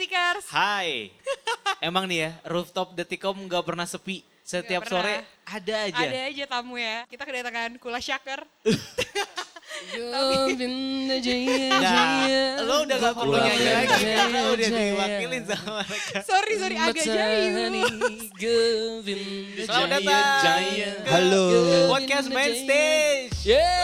Detikers. Hai. Emang nih ya, rooftop Detikom gak pernah sepi. Setiap sore ada aja. Ada aja tamu ya. Kita kedatangan Kula Shaker. Nah, lo udah gak perlu nyanyi lagi karena udah diwakilin sama mereka. Sorry, agak jayu. Selamat datang ke Halo. podcast Main Stage.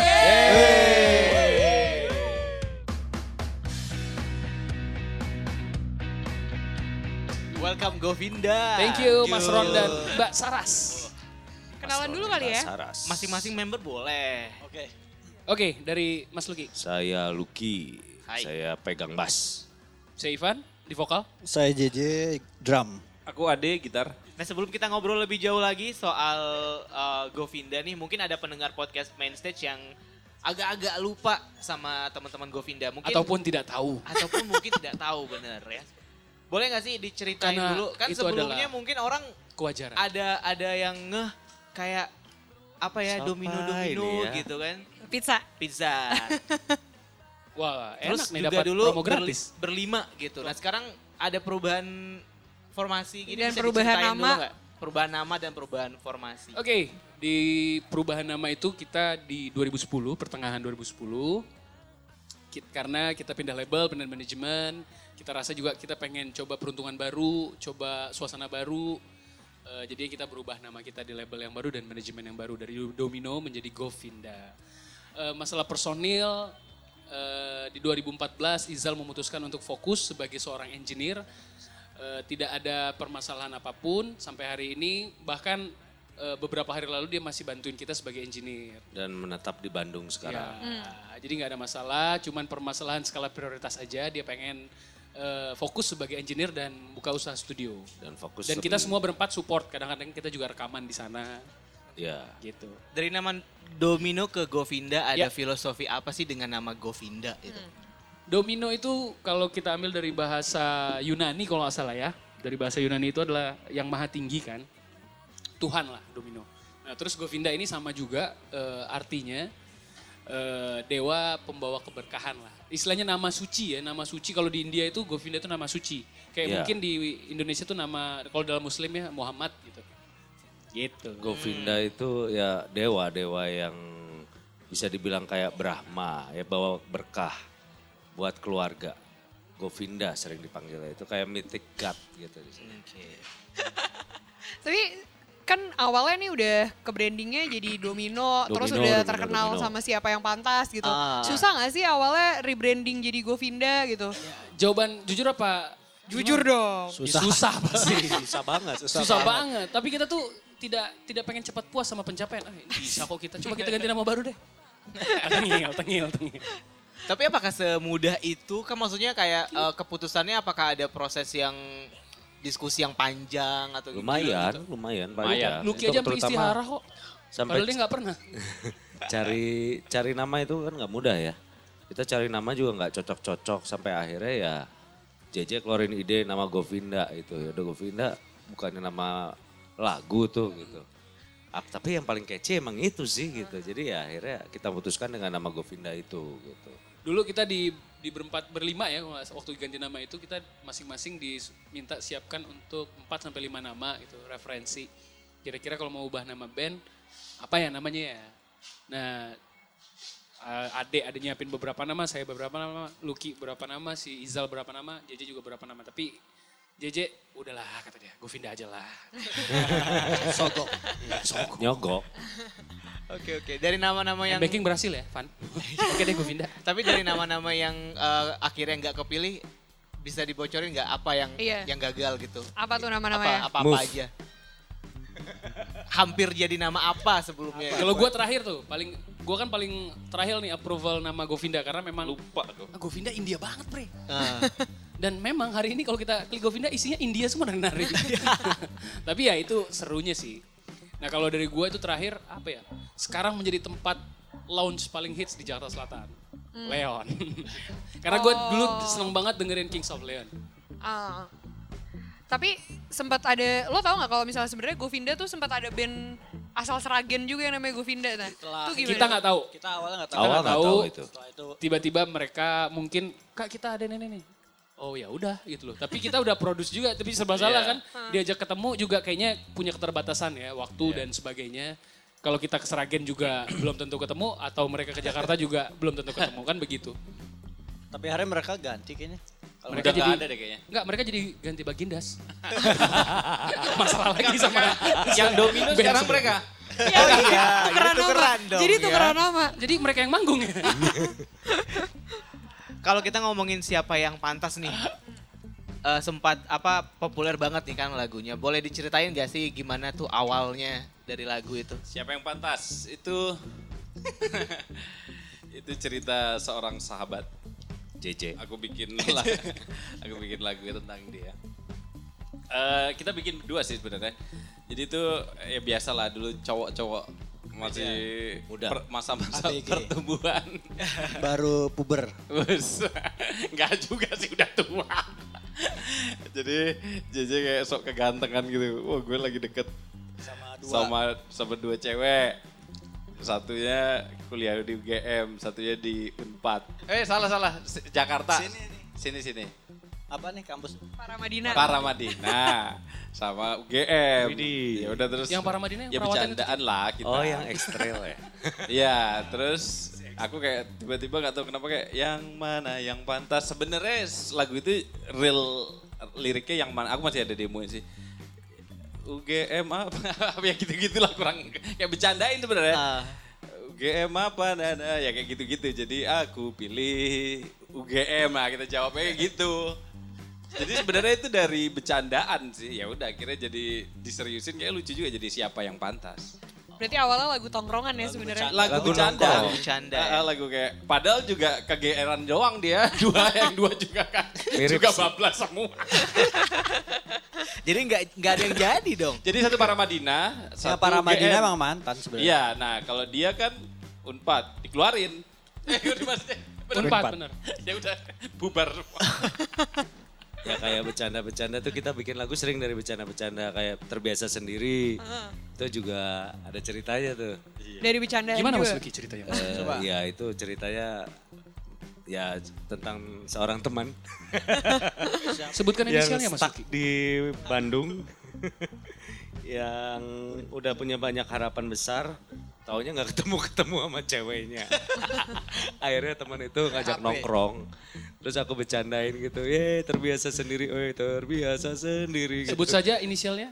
Welcome Govinda. Thank you Mas Ron dan Mbak Saras. Kenalan dulu kali ya. Masing-masing member boleh. Oke, dari Mas Luki. Saya Lucky, Hai. saya pegang bass. Saya Ivan di vokal. Saya JJ drum. Aku Ade gitar. Nah sebelum kita ngobrol lebih jauh lagi soal Govinda nih, mungkin ada pendengar podcast Main Stage yang agak-agak lupa sama teman-teman Govinda. Mungkin Ataupun tidak tahu. Ataupun mungkin tidak tahu bener ya. Boleh gak sih diceritain Karena dulu? Kan itu sebelumnya adalah mungkin orang Kewajaran. ada yang ngeh kayak apa ya, Siapa domino-domino ini ya? gitu kan. Pizza. Wah, Terus enak nih juga dapat dulu promo gratis. berlima gitu. Nah sekarang ada perubahan formasi gini, Dan bisa perubahan diceritain nama. dulu nggak? Perubahan nama dan perubahan formasi. Oke, di perubahan nama itu kita di 2010, pertengahan 2010. Karena kita pindah label, pindah manajemen, kita rasa juga kita pengen coba peruntungan baru, coba suasana baru. Jadi kita berubah nama kita di label yang baru dan manajemen yang baru, dari Domino menjadi Govinda. Masalah personil, di 2014 Izal memutuskan untuk fokus sebagai seorang engineer. Tidak ada permasalahan apapun sampai hari ini, bahkan beberapa hari lalu dia masih bantuin kita sebagai engineer. Dan menetap di Bandung sekarang. Jadi nggak ada masalah, cuman permasalahan skala prioritas aja. Dia pengen fokus sebagai engineer dan buka usaha studio. Dan fokus Dan kita semua berempat support, kadang-kadang kita juga rekaman di sana. Ya. Gitu. Dari nama Domino ke Govinda ada Ya. filosofi apa sih dengan nama Govinda itu? Domino itu kalau kita ambil dari bahasa Yunani kalau nggak salah ya. Dari bahasa Yunani itu adalah yang maha tinggi kan. Tuhan lah Domino. Nah terus Govinda ini sama juga artinya dewa pembawa keberkahan lah. Istilahnya nama suci ya, nama suci kalau di India itu Govinda itu nama suci. Kayak Iya. mungkin di Indonesia itu nama, kalau dalam Muslim ya Muhammad gitu. Gitu. Govinda itu ya dewa yang bisa dibilang kayak Brahma, ya bawa berkah buat keluarga. Govinda sering dipanggilnya, itu kayak mythic god gitu di sini. Tapi kan awalnya nih udah ke brandingnya jadi Domino, terus Domino, udah Domino, terkenal Domino. sama siapa yang pantas gitu. Ah. Susah gak sih awalnya rebranding jadi Govinda gitu? Jawaban jujur apa? Jujur dong. Susah pasti. Susah banget. Susah banget. Tapi kita tuh tidak pengen cepat puas sama pencapaian. Bisa kok kita. Coba kita ganti nama baru deh. Tengil. Tapi apakah semudah itu? Kan maksudnya kayak keputusannya apakah ada proses yang diskusi yang panjang atau Lumayan gitu? panjang. Luki Itu aja sampai terutama istihara kok. sampai Padahal dia gak pernah. cari nama itu kan nggak mudah ya. Kita cari nama juga nggak cocok-cocok sampai akhirnya ya JJ keluarin ide nama Govinda itu. Ya udah Govinda bukannya nama lagu tuh gitu. Tapi yang paling kece emang itu sih gitu. Jadi ya akhirnya kita putuskan dengan nama Govinda itu gitu. Dulu kita di berlima ya, waktu ganti nama itu kita masing-masing diminta siapkan untuk 4 sampai 5 nama gitu, referensi. Kira-kira kalau mau ubah nama band, apa ya namanya ya? Nah, Ade nyiapin beberapa nama, saya beberapa nama, Lucky beberapa nama, si Izal beberapa nama, JJ juga beberapa nama. Tapi JJ udahlah kata dia, Govinda aja lah. Sogok. Nyogok. Oke. Dari nama-nama yang Backing berhasil ya, Van? Oke deh Govinda. tapi dari nama-nama yang akhirnya nggak kepilih, bisa dibocorin nggak apa yang Iya. yang gagal gitu? Apa tuh nama-namanya? Apa Move. aja? Hampir jadi nama apa sebelumnya? Kalau gue terakhir tuh, gue kan paling terakhir nih approval nama Govinda karena memang Lupa aku. Govinda India banget bre. Ah. Dan memang hari ini kalau kita klik Govinda isinya India semua nari. Tapi ya itu serunya sih. Nah kalau dari gue itu terakhir apa ya? Sekarang menjadi tempat lounge paling hits di Jakarta Selatan. Leon. Karena gue dulu seneng banget dengerin Kings of Leon. Ah. Tapi sempat ada, lo tau gak kalau misalnya sebenarnya Govinda tuh sempat ada band asal Seragen juga yang namanya Govinda. Nah, itu gimana? Kita nggak tahu. Kita awalnya nggak tahu. Kita Awal nggak nggak tahu. tahu itu. Setelah itu Tiba-tiba mereka mungkin, Kak kita ada nih. oh ya udah gitu loh. Tapi kita udah produce juga, tapi serba salah kan. Diajak ketemu juga kayaknya punya keterbatasan ya, waktu dan sebagainya. Kalau kita ke Sragen juga belum tentu ketemu, atau mereka ke Jakarta juga belum tentu ketemu, kan begitu. Tapi hari mereka ganti kayaknya. Kalau Mereka Udah jadi, nggak ada deh kayaknya. enggak, mereka jadi ganti Bagindas. Masalah lagi sama Yang domino band sekarang sebelumnya. mereka. Ya, tukeran nama. tukeran dong, Jadi ya. tukeran nama. Jadi mereka yang manggung ya. Kalau kita ngomongin siapa yang pantas nih, sempat populer banget nih kan lagunya. Boleh diceritain gak sih gimana tuh awalnya dari lagu itu? Siapa yang pantas? Itu itu cerita seorang sahabat. JJ. Aku bikin lagu tentang dia. Kita bikin berdua sih sebenarnya. Jadi itu ya biasalah dulu cowok-cowok masih muda. Masa-masa ABG. pertumbuhan. baru puber. Bus. Enggak juga sih, udah tua. Jadi JJ kayak sok kegantengan gitu. Wah, gue lagi deket sama dua cewek. Satunya kuliah di UGM, satunya di Unpad. Salah. Jakarta. Sini. Apa nih kampus? Paramadina. Paramadina sama UGM. Widih. Ya udah terus. Yang Paramadina yang ya perawatan itu? bercandaan lah kita. Oh yang ekstrel ya. Iya, terus aku kayak tiba-tiba gak tahu kenapa kayak yang mana yang pantas. Sebenarnya lagu itu real liriknya yang mana? Aku masih ada demonya sih. UGM apa ya gitu-gitulah, kurang kayak bercandain sebenarnya. UGM apa nana ya kayak gitu-gitu. Jadi aku pilih UGM lah, kita jawabnya kayak gitu. Jadi sebenarnya itu dari bercandaan sih. Ya udah akhirnya jadi diseriusin, kayak lucu juga jadi siapa yang pantas. Berarti awalnya lagu tongkrongan ya sebenarnya. Lagu bercanda. nongkrong. Bercanda, ya. Lagu kayak padahal juga kegeeran doang dia. Yang dua juga kan. Mirip juga sih. bablas semua. Jadi nggak ada yang jadi dong. Jadi satu Paramadina, Ya satu Paramadina UGM. emang mantan sebenarnya. Iya, nah kalau dia kan Unpad dikeluarin. Udah maksudnya. Unpad, bener. Ya udah bubar. Ya kayak bercanda-bercanda tuh kita bikin lagu sering dari bercanda-bercanda kayak terbiasa sendiri. Itu juga ada ceritanya tuh. Dari bercanda Gimana Mas juga. Luki ceritanya? Ya itu ceritanya ya tentang seorang teman Sebutkan yang inisialnya Mas stuck Luki. di Bandung yang udah punya banyak harapan besar, taunya nggak ketemu sama ceweknya. Akhirnya teman itu ngajak nongkrong, terus aku bercandain gitu, terbiasa sendiri, terbiasa sendiri. Gitu. Sebut saja inisialnya.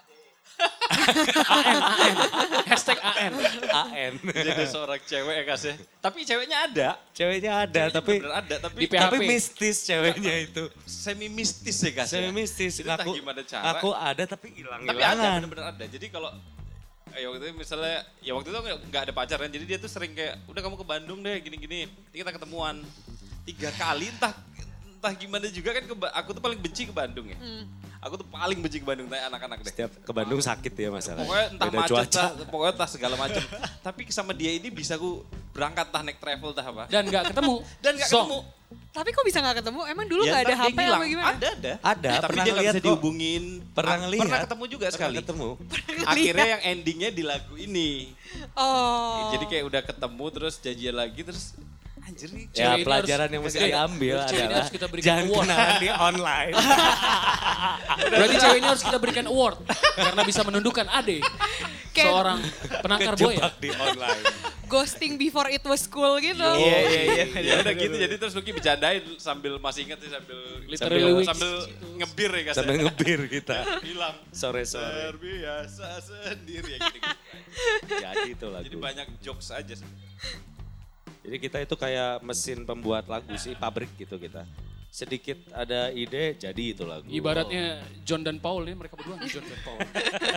AN. Hashtag AN. AN. Jadi seorang cewek ya kasih. Tapi ceweknya ada. Ceweknya ada, tapi Bener ada, tapi Di PHP. tapi mistis ceweknya itu. semi mistis ya kasih. Semi mistis. Jadi entah gimana cara. Aku ada tapi Tapi ada, hilang-hilangan. bener-bener ada. Jadi kalau ya waktu itu misalnya, ya waktu itu nggak ada pacar kan, jadi dia tuh sering kayak, udah kamu ke Bandung deh, gini-gini, nanti kita ketemuan 3 kali, entah gimana juga kan, aku tuh paling benci ke Bandung ya. Aku tuh paling benci ke Bandung, tanya anak-anak deh. Setiap ke Bandung sakit ya masalah. Pokoknya entah Beda macet, cuaca. pokoknya entah segala macam. Tapi sama dia ini bisa aku berangkat entah naik travel entah apa. Dan nggak ketemu. Dan nggak Song. ketemu. Tapi kok bisa gak ketemu? Emang dulu Ya, gak ada entah dia HP ngilang. apa gimana? Ada. Ada, Tapi pernah dia nggak lihat bisa kok. dihubungin. Pernah ngelihat. Pernah ketemu juga sekali. Pernah ketemu. Akhirnya yang endingnya di lagu ini. Oh. Jadi kayak udah ketemu terus janjian lagi terus anjir nih. Ya Cewek ini pelajaran harus- yang mesti Oke. diambil Cewek ini adalah harus kita berikan jangan award. kenalan di online. Berarti cewek ini harus kita berikan award. Karena bisa menundukkan Ade. Kayak- Seorang penangkar boya. Kejebak di online. Ghosting before it was cool gitu. Iya. Ya udah gitu, jadi terus Lucky bercandain sambil masih inget sih Literally sambil ngebir ya kasih. Sambil ngebir kita. Bilang Sore-sore. terbiasa sendiri ya gitu. Jadi itu lagu. Jadi banyak jokes aja sih. Jadi kita itu kayak mesin pembuat lagu sih, pabrik gitu kita. Sedikit ada ide, jadi itu lagu. Ibaratnya John dan Paul nih, mereka berdua nih John dan Paul.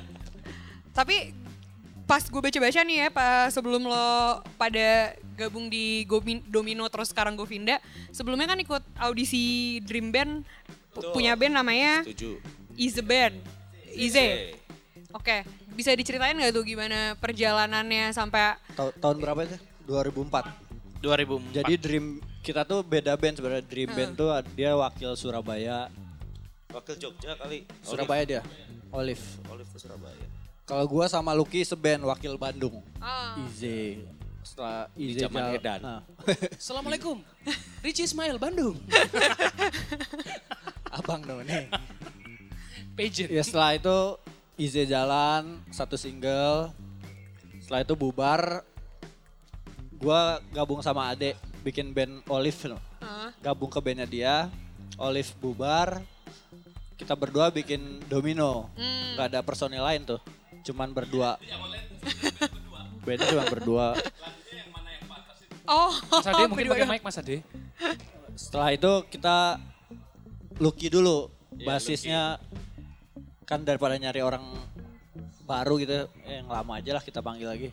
Tapi pas gue baca-baca nih ya, sebelum lo pada gabung di Domino terus sekarang Govinda, sebelumnya kan ikut audisi Dream Band, punya band namanya Setuju. Ize Band. Ize. Oke, bisa diceritain gak tuh gimana perjalanannya sampai Tahun berapa itu? 2004. 2004. Jadi Dream kita tuh beda band sebenarnya. Dream Band tuh dia wakil Surabaya. Wakil Jogja kali. Surabaya dia. Olive. Olive ke Surabaya. Kalau gua sama Lucky seband wakil Bandung. Ah. Ize. Setelah Di Ize zaman jalan- Edan. Nah. Assalamualaikum. Richie Ismail, Bandung. Abang dong nih. Pager. Ya setelah itu Ize jalan, satu single. Setelah itu bubar. Gua gabung sama Ade, bikin band Olive loh. Gabung ke bandnya dia, Olive bubar. Kita berdua bikin Domino. Gak ada personil lain tuh, cuman berdua. Bandnya cuma berdua. Oh, Mas Ade mungkin berdua pakai doang. mic Mas Ade. Setelah itu kita Lucky dulu, basisnya kan daripada nyari orang baru gitu, yang lama aja lah kita panggil lagi.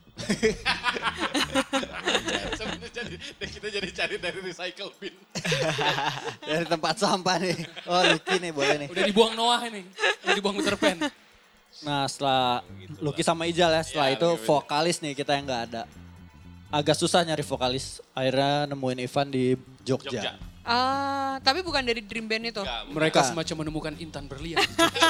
Kita jadi cari dari recycle bin. Dari tempat sampah nih. Oh Lucky nih boleh nih. Udah dibuang Noah ini. Udah dibuang Peter Pan. Nah setelah Lucky sama Ijal ya, setelah itu vokalis nih kita yang gak ada. Agak susah nyari vokalis, akhirnya nemuin Ivan di Jogja. Tapi bukan dari Dream Band itu. Mereka Bukan. semacam menemukan intan berlian.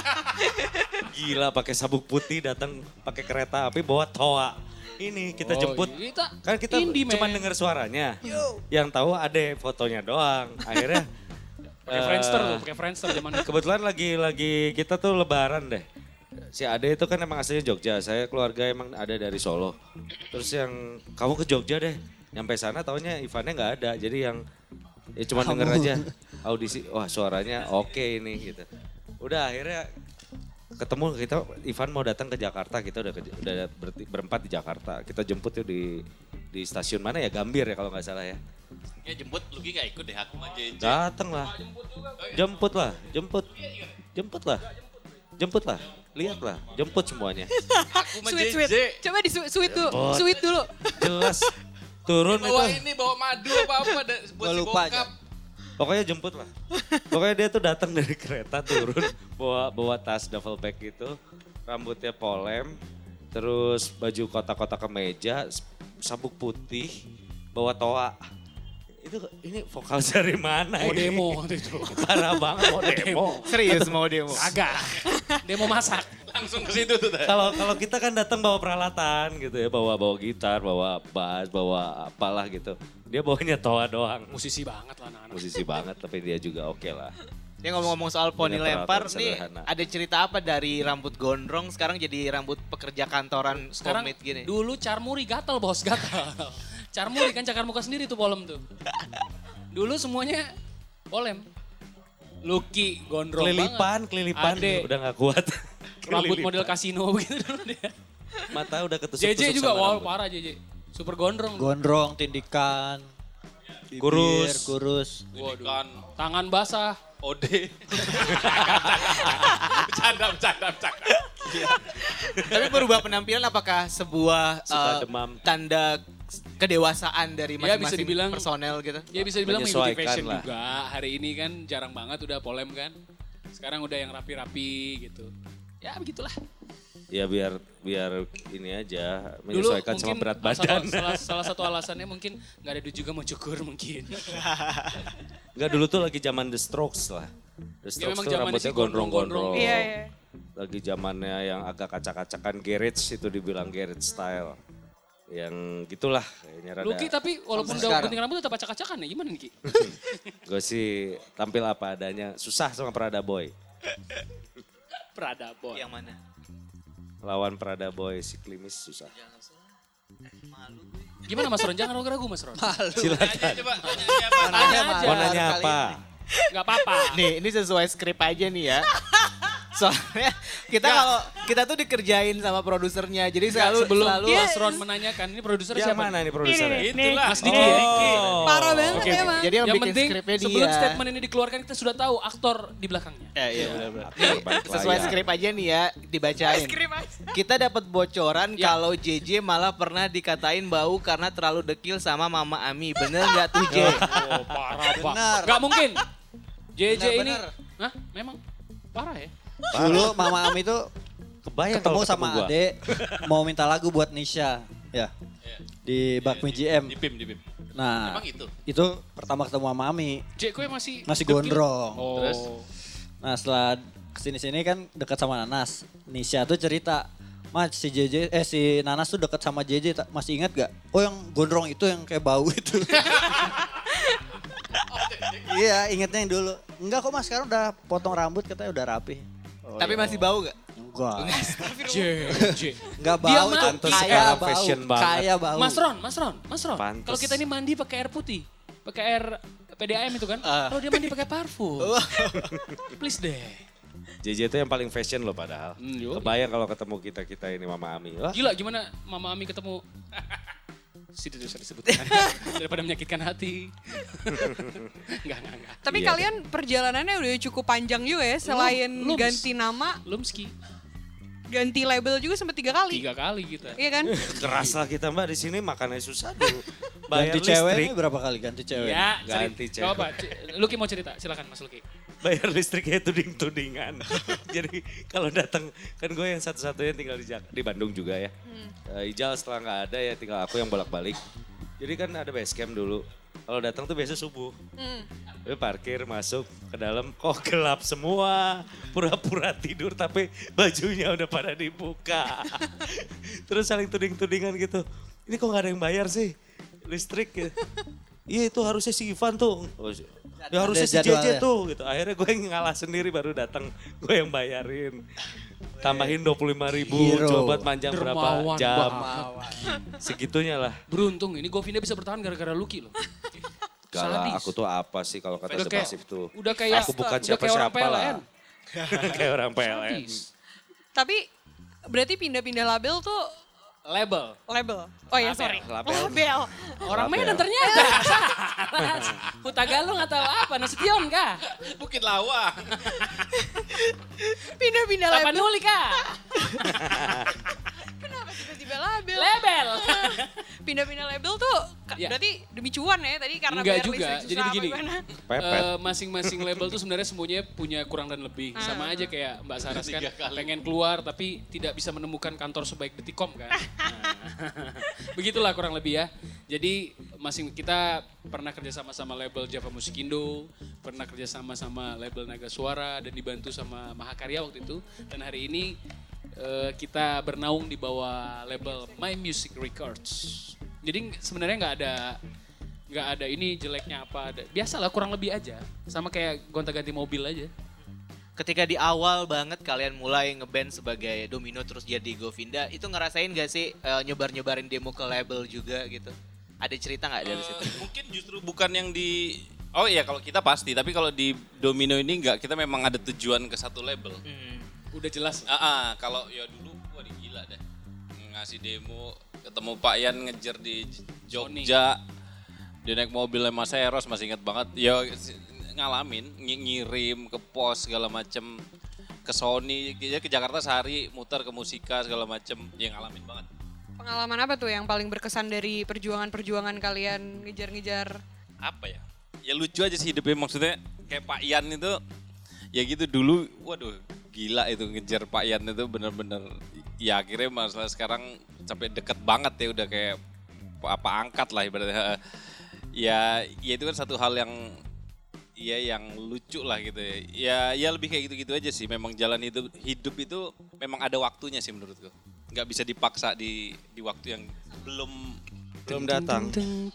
Gila pakai sabuk putih datang pakai kereta api bawa toa. Ini kita jemput. Kan kita indie, cuma man. dengar suaranya. Yang tahu ada fotonya doang. Akhirnya Pakai Friendster tuh, pakai Friendster zaman itu. kebetulan lagi kita tuh lebaran deh. Si Ade itu kan emang aslinya Jogja, saya keluarga emang ada dari Solo. Terus yang kamu ke Jogja deh, nyampe sana taunya Ivannya nggak ada, jadi yang ya cuma denger aja audisi, wah suaranya oke ini gitu. Udah akhirnya ketemu kita, Ivan mau datang ke Jakarta, kita udah berempat di Jakarta. Kita jemput tuh di stasiun mana ya, Gambir ya kalau nggak salah ya. Ya jemput, Lucky gak ikut deh, aku sama JJ. Dateng lah, jemput lah. Lihat lah, jemput semuanya. Aku sama Sweet, JJ. sweet. Coba di sweet dulu. Jemput. Sweet dulu. Jelas turun Bawa itu. ini, bawa madu apa-apa buat Gua si lupa bokap. Pokoknya jemput lah. Pokoknya dia tuh datang dari kereta turun bawa tas duffel bag gitu, rambutnya polem, terus baju kotak-kotak kemeja, sabuk putih, bawa toa. Ini vokal dari mana Mau ini? demo waktu itu. Parah banget mau demo. Serius mau demo? Agak. Demo masak. Langsung ke situ tuh. Kalau kita kan datang bawa peralatan gitu ya, bawa gitar, bawa bass, bawa apalah gitu. Dia bawanya toa doang. Musisi banget lah anak-anak. Musisi banget tapi dia juga oke lah. Dia ngomong-ngomong soal poni Punya lempar peralatan nih, sederhana. ada cerita apa dari rambut gondrong sekarang jadi rambut pekerja kantoran Sekarang komit gini? dulu Carmuri gatal bos, gatal. Carmuri kan cakar muka sendiri tuh polem tuh. Dulu semuanya polem. Lucky, gondrong Kelilipan Ade. udah gak kuat. Rambut Kelilipan. model kasino begitu dulu dia. Mata udah ketusuk-tusuk JJ juga, sama wow rambut. parah JJ. Super gondrong. Gondrong, tindikan, bibir, Kurus. kurus. Waduh. Kan Tangan basah. Ode. Bercanda. Tapi berubah penampilan apakah sebuah Suka demam. tanda kedewasaan dari Ya, bisa masing-masing dibilang- personel gitu? Ya bisa dibilang mengikuti Menyesuaikan fashion lah. juga. Hari ini kan jarang banget udah polem kan. Sekarang udah yang rapi-rapi gitu. Ya begitulah. Ya biar ini aja Dulu menyesuaikan sama mungkin berat badan. salah satu alasannya mungkin nggak ada duit juga mau cukur mungkin. Enggak dulu tuh lagi zaman The Strokes lah. The Ya, Strokes memang tuh zamannya rambutnya sih gondrong-gondrong. gondrong-gondrong. Iya, iya. Lagi zamannya yang agak acak-acakan garage itu dibilang garage style. Yang gitulah kayaknya rada. Lucky tapi walaupun udah Sekarang. gunting rambut tetap acak-acakan ya gimana nih Ki? Gue sih tampil apa adanya. Susah sama Prada Boy. Prada boy. Yang mana? Lawan Prada Boy si Klimis susah. Gimana Mas Ron? Jangan ragu-ragu Mas Ron. Silakan. Coba Tanya aja. Mau nanya apa? Gak apa-apa. Nih, ini sesuai skrip aja nih ya. Soalnya kita tuh dikerjain sama produsernya. Jadi Sebelum selalu Mas Ron menanyakan ini produser Yang siapa? mana nih produsernya? Nih, Mas Diki ya? parah banget Oke, emang. Jadi yang, Yang bikin penting skripnya dia. sebelum statement ini dikeluarkan kita sudah tahu aktor di belakangnya. Iya benar-benar. Balik Sesuai layar. skrip aja nih ya, dibacain. Kita dapat bocoran kalau JJ malah pernah dikatain bau karena terlalu dekil sama Mama Ami. Bener nggak tuh J? Oh parah pak. Benar. Gak mungkin. JJ ini. Benar. Hah? Memang parah ya? Dulu Mama Ami tuh Kebayang ketemu kalau sama gua. Ade, mau minta lagu buat Nisha. Ya, di Bakmi GM. Di PIM. Nah, Emang itu? itu pertama ketemu sama Ami. J kue masih Masih dekil. gondrong. Oh. Terus? Nah setelah kesini-sini kan dekat sama Nanas. Nisha tuh cerita, Mas si Nanas tuh deket sama JJ, masih ingat gak? Oh yang gondrong itu yang kayak bau itu. Iya ingetnya yang dulu. Enggak kok mas, sekarang udah potong rambut katanya udah rapi. Tapi masih bau gak? Enggak. JJ. Enggak Dia bau, itu mantus kayak sekarang bau. fashion banget. Kayak bau. Mas Ron. Pantes. Kalau kita ini mandi pakai air putih, pakai air PDAM itu kan. Kalau dia mandi pakai parfum. Please deh. JJ itu yang paling fashion loh padahal. Yoi. Kebayang kalau ketemu kita ini Mama Ami. Wah, Gila gimana Mama Ami ketemu situ bisa disebutkan daripada menyakitkan hati. Enggak. Tapi Iya, kalian perjalanannya udah cukup panjang juga ya. Selain Lums. ganti nama, Lumski ganti label juga sempat 3 kali. 3 kali kita. Iya kan? keras lah kita Mbak di sini makannya susah dulu. Bayar Ganti cewek listrik, ini berapa kali ganti cewek? Ya, Ganti sering. cewek. Coba, Luki mau cerita, silakan Mas Luki. bayar listriknya tuding-tudingan. Jadi kalau datang kan gue yang satu-satunya tinggal di Bandung juga ya. Ijal setelah nggak ada ya tinggal aku yang bolak-balik. Jadi kan ada base camp dulu. Kalau datang tuh biasa subuh. Gue parkir masuk ke dalam kok gelap semua. Pura-pura tidur tapi bajunya udah pada dibuka. Terus saling tuding-tudingan gitu. Ini kok gak ada yang bayar sih listrik ya. Iya itu harusnya si Ivan tuh. Ya harusnya si JJ tuh gitu. Akhirnya gue yang ngalah sendiri baru datang. Gue yang bayarin. Tambahin 25.000 coba manjang berapa Dermawan jam. banget. Segitunya lah. Beruntung ini Govinda bisa bertahan gara-gara Luki loh. Gak lah, Sadis. aku tuh apa sih kalau kata Udah kayak- Depasif tuh. udah kayak- aku bukan udah kayak orang siapa-siapa lah. PLN. Kayak orang PLN. Sadis. Tapi berarti pindah-pindah label tuh Label. label. Oh iya sorry. Label. Label. Orang Label. Medan ternyata. Hutagalung atau apa? Nasution kah? Bukit Lawang. Pindah-pindah label. Tapanuli kah? Kenapa tiba-tiba label? Label. Pindah-pindah label tuh Ya. berarti demi cuan ya tadi karena Enggak bayar juga. listrik Jadi susah begini. apa gimana? Pepet. Masing-masing label tuh sebenarnya semuanya punya kurang dan lebih. Sama aja kayak Mbak Saras kan pengen keluar tapi tidak bisa menemukan kantor sebaik Detikom kan. Nah, begitulah kurang lebih ya. Jadi kita pernah kerja sama label Java Musikindo, pernah kerja sama label Naga Suara dan dibantu sama Mahakarya waktu itu. Dan hari ini kita bernaung di bawah label My Music Records. Jadi sebenarnya nggak ada ini jeleknya apa. Biasalah kurang lebih aja. Sama kayak gonta-ganti mobil aja. Ketika di awal banget kalian mulai ngeband sebagai Domino terus jadi Govinda, itu ngerasain gak sih nyebar-nyebarin demo ke label juga gitu? Ada cerita gak dari situ? Mungkin justru bukan yang di... Oh iya kalau kita pasti, tapi kalau di Domino ini enggak, kita memang ada tujuan ke satu label. Udah jelas. Kalau ya dulu, wah gila deh. Ngasih demo, ketemu Pak Yan ngejar di Jogja. Dia naik mobilnya Mas Eros, masih ingat banget. Ya ngalamin, ngirim ke pos segala macem. Ke Sony, ke Jakarta sehari muter ke Musika segala macem. Ya ngalamin banget. Pengalaman apa tuh yang paling berkesan dari perjuangan-perjuangan kalian ngejar-ngejar? Apa ya? Ya lucu aja sih hidupnya, maksudnya kayak Pak Yan itu. Ya gitu dulu, waduh gila itu ngejar Pak Yan itu bener-bener. Ya akhirnya masalah sekarang sampai deket banget ya udah kayak apa angkat lah ibaratnya. Ya itu kan satu hal yang lucu lah gitu ya. Ya lebih kayak gitu-gitu aja sih. Memang jalan hidup itu memang ada waktunya sih menurutku. Nggak bisa dipaksa di waktu yang Belum datang.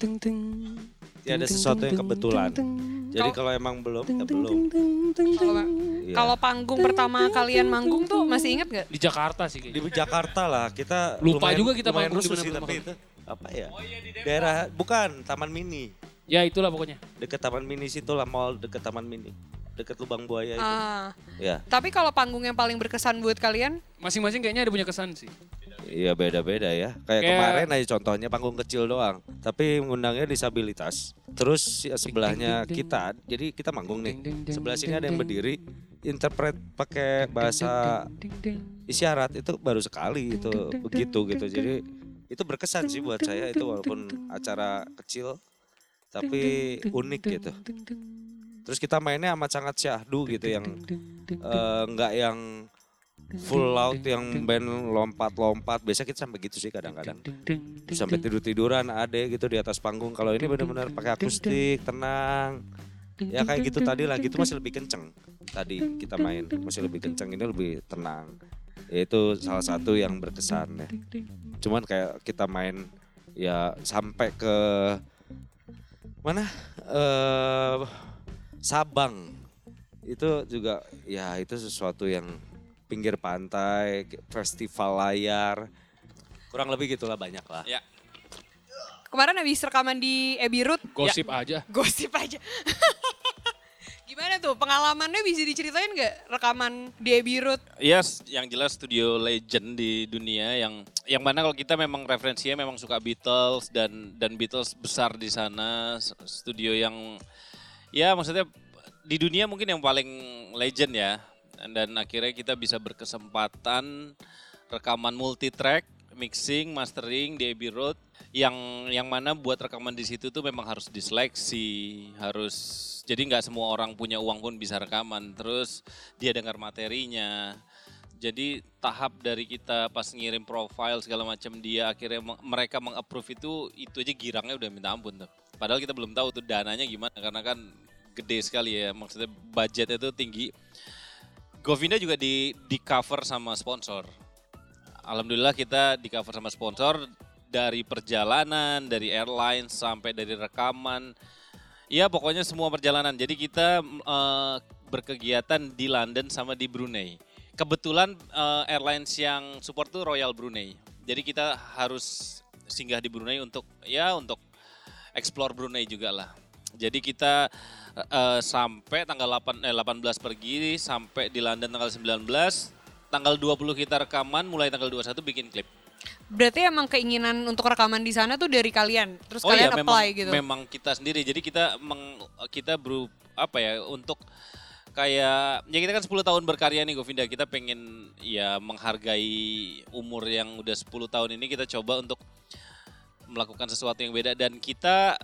Ya ada sesuatu yang kebetulan. Jadi kalau emang belum, ya belum. Iya. Kalau panggung pertama kalian manggung tuh masih inget gak? Di Jakarta sih Di kayaknya. Jakarta lah, kita Lupa juga kita lumayan manggung di rusuh mana sih, pertama tapi kali. itu apa ya? Daerah, bukan, Taman Mini. Ya itulah pokoknya. Deket Taman Mini situ lah, mall deket Taman Mini. Deket Lubang Buaya itu. Ya. Tapi kalau panggung yang paling berkesan buat kalian? Masing-masing kayaknya ada punya kesan sih. Iya beda-beda ya. Kayak kemarin aja contohnya panggung kecil doang. Tapi ngundangnya disabilitas. Terus ya sebelahnya kita, jadi kita manggung nih. Sebelah sini ada yang berdiri, interpret pakai bahasa isyarat itu baru sekali itu begitu gitu. Jadi itu berkesan sih buat saya itu walaupun acara kecil tapi unik gitu. Terus kita mainnya amat sangat syahdu gitu yang enggak yang full loud yang band lompat-lompat. Biasa kita sampai gitu sih kadang-kadang. Sampai tidur-tiduran ada gitu di atas panggung. Kalau ini benar-benar pakai akustik, tenang. Ya kayak gitu tadi lah, gitu masih lebih kenceng. Tadi kita main masih lebih kenceng, ini lebih tenang. Ya itu salah satu yang berkesan ya. Cuman kayak kita main ya sampai ke mana Sabang itu juga ya itu sesuatu yang pinggir pantai, festival layar, kurang lebih gitulah banyak lah. Ya. Kemarin habis rekaman di Abbey Road. Gosip aja. Gosip aja. Gimana tuh pengalamannya, bisa diceritain nggak rekaman di Abbey Road? Yes, yang jelas studio legend di dunia yang mana kalau kita memang referensinya memang suka Beatles dan Beatles besar di sana, studio yang ya maksudnya di dunia mungkin yang paling legend ya. Dan akhirnya kita bisa berkesempatan rekaman multi track, mixing, mastering di Abbey Road yang mana buat rekaman di situ tuh memang harus diseleksi, jadi nggak semua orang punya uang pun bisa rekaman. Terus dia dengar materinya. Jadi tahap dari kita pas ngirim profile segala macam dia akhirnya mereka meng-approve itu aja girangnya udah minta ampun tuh. Padahal kita belum tahu tuh dananya gimana karena kan gede sekali ya, maksudnya budgetnya itu tinggi. Govinda juga di cover sama sponsor. Alhamdulillah kita di cover sama sponsor dari perjalanan, dari airline sampai dari rekaman. Ya pokoknya semua perjalanan. Jadi kita berkegiatan di London sama di Brunei. Kebetulan airlines yang support tuh Royal Brunei. Jadi kita harus singgah di Brunei untuk explore Brunei juga lah. Jadi kita sampai tanggal 18 pergi, sampai di London tanggal 19, tanggal 20 kita rekaman, mulai tanggal 21 bikin klip. Berarti emang keinginan untuk rekaman di sana tuh dari kalian, terus kalian apply gitu? Memang kita sendiri. Jadi kita untuk kayak ya kita kan 10 tahun berkarya nih Govinda. Kita pengen ya menghargai umur yang udah 10 tahun ini, kita coba untuk melakukan sesuatu yang beda. Dan kita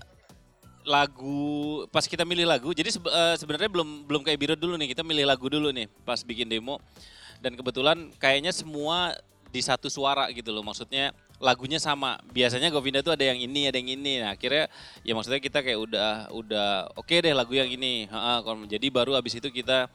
pas kita milih lagu, jadi sebenarnya belum kayak Abbey Road dulu nih, kita milih lagu dulu nih pas bikin demo. Dan kebetulan kayaknya semua di satu suara gitu loh, maksudnya lagunya sama. Biasanya Govinda tuh ada yang ini, ada yang ini. Nah akhirnya ya maksudnya kita kayak udah oke deh lagu yang ini. Jadi baru abis itu kita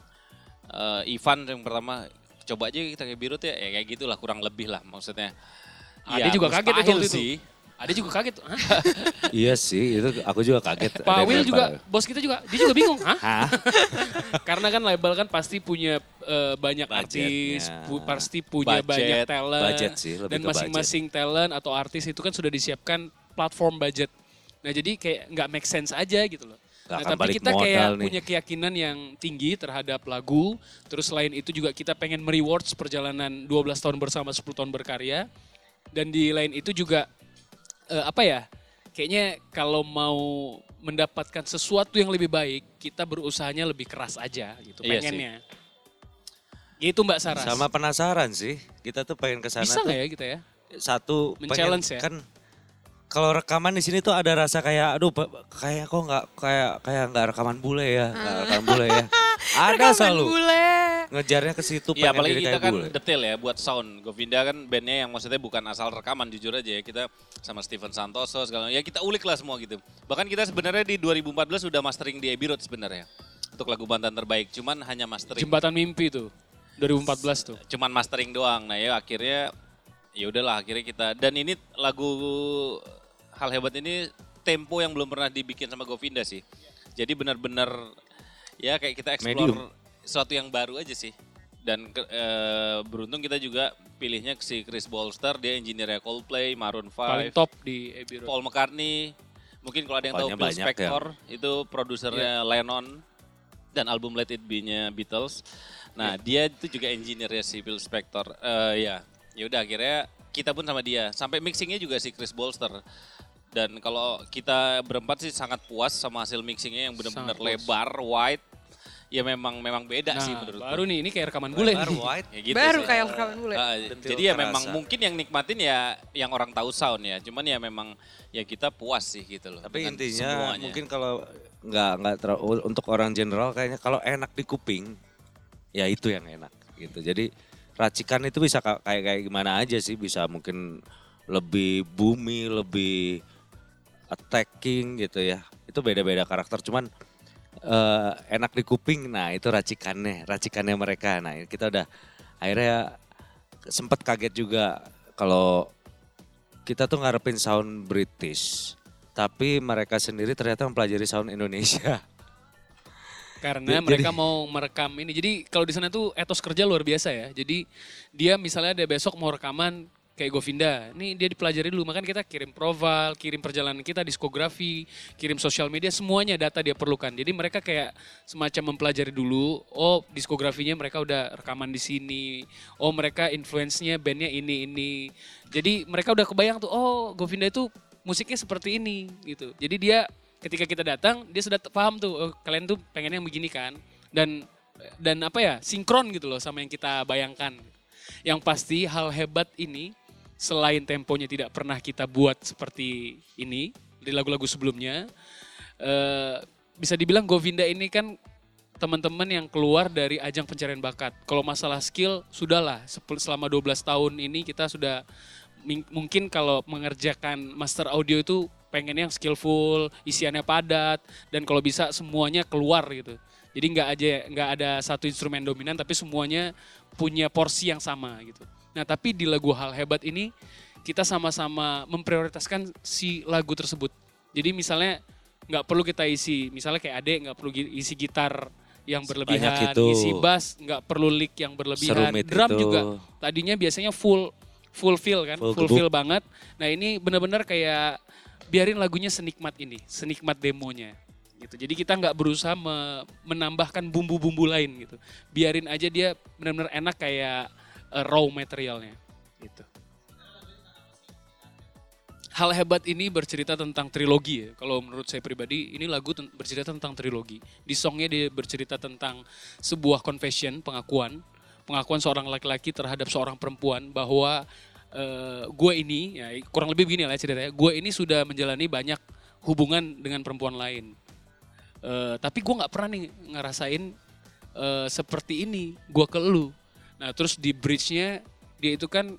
Ivan yang pertama coba aja kita kayak Abbey Road ya kayak gitulah kurang lebih lah maksudnya. Ade juga kaget itu waktu itu. Ade juga kaget. Hah? Iya sih, itu aku juga kaget. Pak Will juga, bos kita juga, dia juga bingung. Hah? Karena kan label kan pasti punya banyak artis, pasti punya banyak talent. Budget sih, dan masing-masing talent atau artis itu kan sudah disiapkan platform budget. Nah jadi kayak nggak make sense aja gitu loh. Nah tapi kita kayak punya keyakinan yang tinggi terhadap lagu. Terus selain itu juga kita pengen merewards perjalanan 12 tahun bersama 10 tahun berkarya. Dan di lain itu juga kayaknya kalau mau mendapatkan sesuatu yang lebih baik, kita berusahanya lebih keras aja gitu pengennya. Gitu Mbak Saras. Sama penasaran sih, kita tuh pengen kesana. Bisa tuh. nggak ya kita ya? Satu Men-challenge pengen, ya? kan kalau rekaman di sini tuh ada rasa kayak kayak kok nggak nggak rekaman bule ya, nggak rekaman bule ya. Ada selalu. Bule. Ngejarnya ke situ Iya pengen apalagi jadi kita kayak kan bule. detail ya buat sound. Govinda kan bandnya yang maksudnya bukan asal rekaman, jujur aja ya. Kita sama Steven Santoso segala ya kita ulik lah semua gitu. Bahkan kita sebenarnya di 2014 sudah mastering di Abbey Road sebenarnya. Untuk lagu Bantan Terbaik, cuman hanya mastering. Jembatan Mimpi tuh, 2014 tuh. Cuman mastering doang. Nah ya akhirnya ya udahlah akhirnya kita, dan ini lagu Hal Hebat ini tempo yang belum pernah dibikin sama Govinda sih. Jadi benar-benar ya kayak kita explore sesuatu yang baru aja sih. Dan beruntung kita juga pilihnya si Chris Bolster, dia engineer-nya Coldplay, Maroon 5. Paling top di Abbey Road. Paul McCartney, mungkin kalau ada yang tahu Phil Spector, itu produsernya Lennon dan album Let It Be-nya Beatles. Nah dia itu juga engineer-nya si Phil Spector. Ya udah akhirnya kita pun sama dia. Sampai mixingnya juga si Chris Bolster. Dan kalau kita berempat sih sangat puas sama hasil mixingnya yang benar-benar lebar, wide. Ya memang beda sih menurut baru nih, ini kayak rekaman bule nih. Ya gitu Baru sih. kayak rekaman bule. Jadi ya memang mungkin yang nikmatin ya yang orang tahu sound ya. Cuman ya memang ya kita puas sih gitu loh. Tapi dengan intinya semuanya. mungkin kalau nggak terlalu untuk orang general kayaknya kalau enak di kuping ya itu yang enak gitu. Jadi racikan itu bisa kayak gimana aja sih, bisa mungkin lebih bumi, lebih attacking gitu ya. Itu beda-beda karakter cuman enak di kuping, nah itu racikannya mereka. Nah kita udah akhirnya sempat kaget juga kalau kita tuh ngarepin sound British, tapi mereka sendiri ternyata mempelajari sound Indonesia. Karena mereka mau merekam ini. Jadi kalau di sana tuh etos kerja luar biasa ya. Jadi dia misalnya ada besok mau rekaman kayak Govinda. Ini dia dipelajari dulu. Makanya kita kirim profile, kirim perjalanan kita, diskografi, kirim sosial media, semuanya data dia perlukan. Jadi mereka kayak semacam mempelajari dulu. Oh diskografinya mereka udah rekaman di sini. Oh mereka influence-nya bandnya ini. Jadi mereka udah kebayang tuh, oh Govinda itu musiknya seperti ini gitu. Jadi dia ketika kita datang, dia sudah paham tuh, oh, kalian tuh pengennya yang begini kan. Dan apa ya, sinkron gitu loh sama yang kita bayangkan. Yang pasti hal hebat ini, selain temponya tidak pernah kita buat seperti ini, di lagu-lagu sebelumnya, bisa dibilang Govinda ini kan teman-teman yang keluar dari ajang pencarian bakat. Kalau masalah skill, sudahlah selama 12 tahun ini kita sudah, mungkin kalau mengerjakan master audio itu pengen yang skillful, isiannya padat, dan kalau bisa semuanya keluar gitu. Jadi nggak ada satu instrumen dominan, tapi semuanya punya porsi yang sama gitu. Nah tapi di lagu Hal Hebat ini kita sama-sama memprioritaskan si lagu tersebut. Jadi misalnya nggak perlu kita isi, misalnya kayak Ade nggak perlu isi gitar yang berlebihan, isi bass nggak perlu lick yang berlebihan, drum itu juga tadinya biasanya full feel kan, full feel banget. Nah ini benar-benar kayak biarin lagunya senikmat ini, senikmat demonya gitu. Jadi kita nggak berusaha menambahkan bumbu-bumbu lain gitu. Biarin aja dia benar-benar enak kayak raw materialnya gitu. Hal Hebat ini bercerita tentang trilogi ya. Kalau menurut saya pribadi ini lagu bercerita tentang trilogi. Di songnya dia bercerita tentang sebuah confession, pengakuan seorang laki-laki terhadap seorang perempuan bahwa gue ini, ya kurang lebih begini lah ceritanya, gue ini sudah menjalani banyak hubungan dengan perempuan lain. Tapi gue gak pernah nih ngerasain seperti ini, gue ke elu. Nah terus di bridge-nya dia itu kan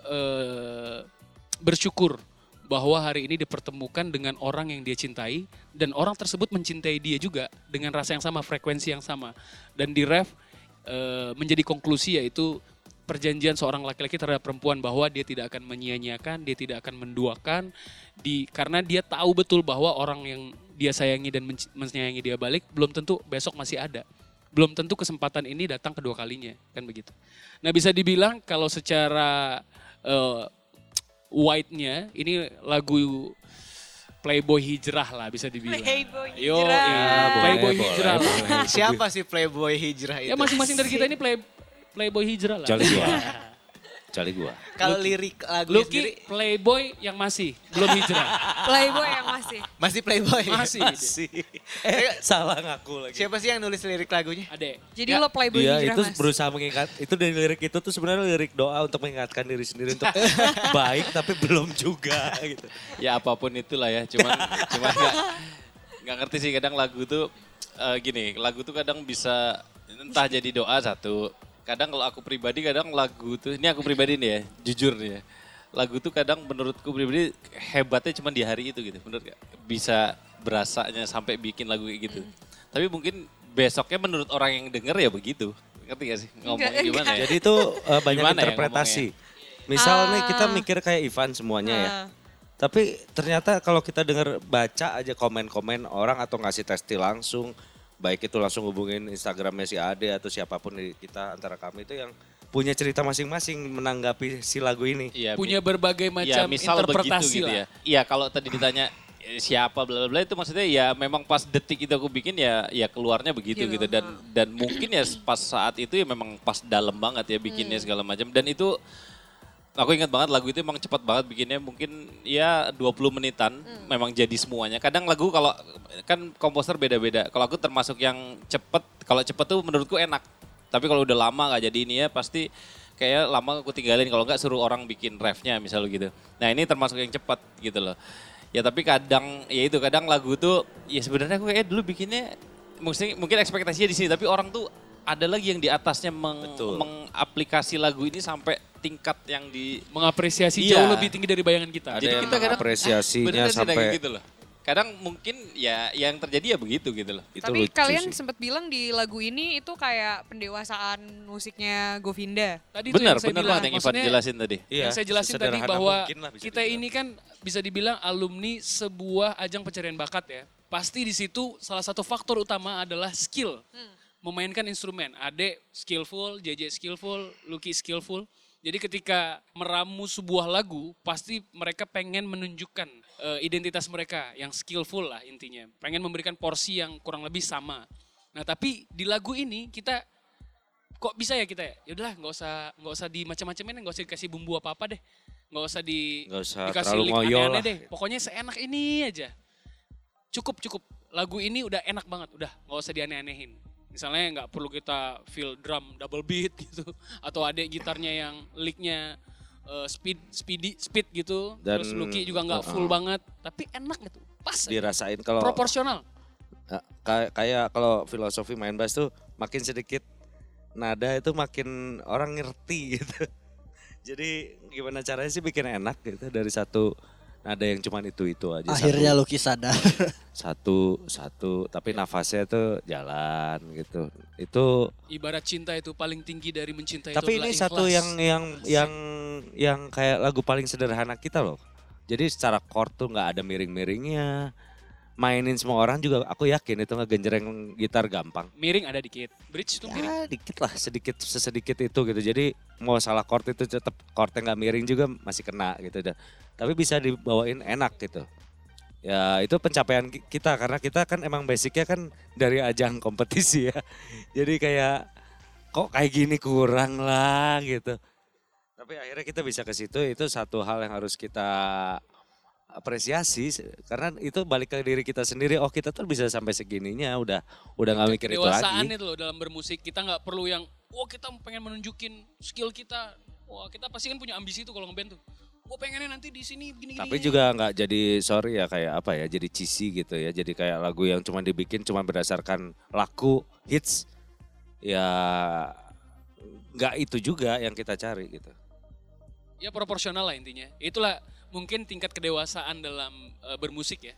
bersyukur bahwa hari ini dipertemukan dengan orang yang dia cintai dan orang tersebut mencintai dia juga dengan rasa yang sama, frekuensi yang sama. Dan di ref menjadi konklusi yaitu perjanjian seorang laki-laki terhadap perempuan bahwa dia tidak akan menyia-nyiakan, dia tidak akan menduakan, karena dia tahu betul bahwa orang yang dia sayangi dan menyayangi dia balik belum tentu besok masih ada. Belum tentu kesempatan ini datang kedua kalinya, kan begitu. Nah bisa dibilang kalau secara white-nya ini lagu Playboy Hijrah lah bisa dibilang. Playboy Yo, Hijrah. Playboy Hijrah. Siapa sih Playboy Hijrah itu? Ya masing-masing dari kita ini Playboy Hijrah lah. Cali gua. Kalau lirik lagu sendiri. Playboy yang masih belum hijrah. Playboy yang masih. Masih Playboy? Masih. Salah ngaku lagi. Siapa sih yang nulis lirik lagunya? Ade. Jadi lo Playboy Iya hijrah itu Mas. berusaha mengingat, itu dari lirik itu tuh sebenarnya lirik doa untuk mengingatkan diri sendiri untuk baik tapi belum juga gitu. Ya apapun itulah ya, cuman nggak ngerti sih kadang lagu tuh gini, lagu tuh kadang bisa entah jadi doa satu. Kadang kalau aku pribadi kadang lagu tuh, ini aku pribadi nih ya, jujur nih ya. Lagu tuh kadang menurutku pribadi hebatnya cuma di hari itu gitu, bener gak? Bisa berasanya sampai bikin lagu kayak gitu. Tapi mungkin besoknya menurut orang yang denger ya begitu. Ngerti gak sih ngomongnya gimana ya? Jadi itu banyak Gimana ya interpretasi. Misal nih kita mikir kayak Ivan semuanya ya. Tapi ternyata kalau kita denger baca aja komen-komen orang atau ngasih testi langsung, baik itu langsung hubungin Instagramnya si Ade atau siapapun dari kita antara kami itu yang punya cerita masing-masing menanggapi si lagu ini. Iya, Punya berbagai macam misal interpretasi begitu lah. gitu ya. Iya kalau tadi ditanya siapa bla bla bla itu maksudnya ya memang pas detik itu aku bikin ya keluarnya begitu gitu dan mungkin ya pas saat itu ya memang pas dalam banget ya bikinnya segala macam dan itu aku ingat banget lagu itu emang cepat banget bikinnya mungkin ya 20 menitan memang jadi semuanya. Kadang lagu kalau kan komposer beda-beda. Kalau aku termasuk yang cepet, kalau cepet tuh menurutku enak. Tapi kalau udah lama gak jadi ini ya pasti kayak lama aku tinggalin. Kalau nggak suruh orang bikin refnya misalnya gitu. Nah ini termasuk yang cepat gitu loh. Ya tapi kadang ya itu kadang lagu tuh ya sebenarnya aku kayak dulu bikinnya mungkin ekspektasinya di sini tapi orang tuh ada lagi yang di atasnya mengaplikasi lagu ini sampai tingkat yang mengapresiasi Iya. jauh lebih tinggi dari bayangan kita. Ada Jadi yang kita kadang mengapresiasinya beneran sih sampai kayak gitu loh. kadang mungkin ya yang terjadi ya begitu gitu loh. Itu Tapi lucu kalian sih. sempat bilang di lagu ini itu kayak pendewasaan musiknya Govinda. Tadi itu Benar, yang saya benar bilang. banget yang Ivan Maksudnya, jelasin tadi. Iya, yang saya jelasin tadi sesederhana bahwa mungkin lah bisa kita dibilang. ini kan bisa dibilang alumni sebuah ajang pencarian bakat ya. Pasti di situ salah satu faktor utama adalah skill. Memainkan instrumen. Ade skillful, JJ skillful, Lucky skillful. Jadi ketika meramu sebuah lagu, pasti mereka pengen menunjukkan identitas mereka yang skillful lah intinya. Pengen memberikan porsi yang kurang lebih sama. Nah tapi di lagu ini kita kok bisa ya kita ya? Yaudahlah nggak usah dimacam-macamin, nggak usah dikasih bumbu apa-apa deh. Nggak usah Nggak usah dikasih terlalu lick ngoyo aneh-aneh lah. deh. Pokoknya seenak ini aja. Cukup. Lagu ini udah enak banget, udah nggak usah dianeh-anehin. Misalnya nggak perlu kita feel drum double beat gitu, atau ada gitarnya yang licknya speed gitu, Dan, terus Lucky juga nggak full banget, tapi enak gitu, pas, aja. Dirasain kalau Proporsional. kayak kalau filosofi main bass tuh makin sedikit nada itu makin orang ngerti gitu. Jadi gimana caranya sih bikin enak gitu dari satu nada yang cuman itu aja. Akhirnya Lucky sadar. satu tapi nafasnya tuh jalan gitu. Itu Ibarat cinta itu paling tinggi dari mencintai tapi itu ini adalah satu ikhlas. yang kayak lagu paling sederhana kita loh. Jadi secara chord tuh nggak ada miring-miringnya. Mainin semua orang juga aku yakin itu ngegenjreng gitar gampang. Miring ada dikit, bridge itu miring. Ya dikit lah, sesedikit itu gitu. Jadi mau salah chord itu tetap chordnya nggak miring juga masih kena gitu dah. Tapi bisa dibawain enak gitu. Ya itu pencapaian kita karena kita kan emang basicnya kan dari ajang kompetisi ya. Jadi kayak kok kayak gini kurang lah gitu. Tapi akhirnya kita bisa ke situ, itu satu hal yang harus kita apresiasi karena itu balik ke diri kita sendiri. Oh kita tuh bisa sampai segininya udah nggak mikir itu Kedewasaan lagi. itu loh dalam bermusik. Kita nggak perlu yang, kita pengen menunjukin skill kita. Wah kita pasti kan punya ambisi tuh kalau ngeband tuh. Gue pengennya nanti di sini gini-gini. Tapi juga nggak jadi sorry ya kayak apa ya, jadi cheesy gitu ya. Jadi kayak lagu yang cuma dibikin cuma berdasarkan laku hits ya nggak itu juga yang kita cari gitu. Ya proporsional lah intinya. Itulah mungkin tingkat kedewasaan dalam bermusik ya.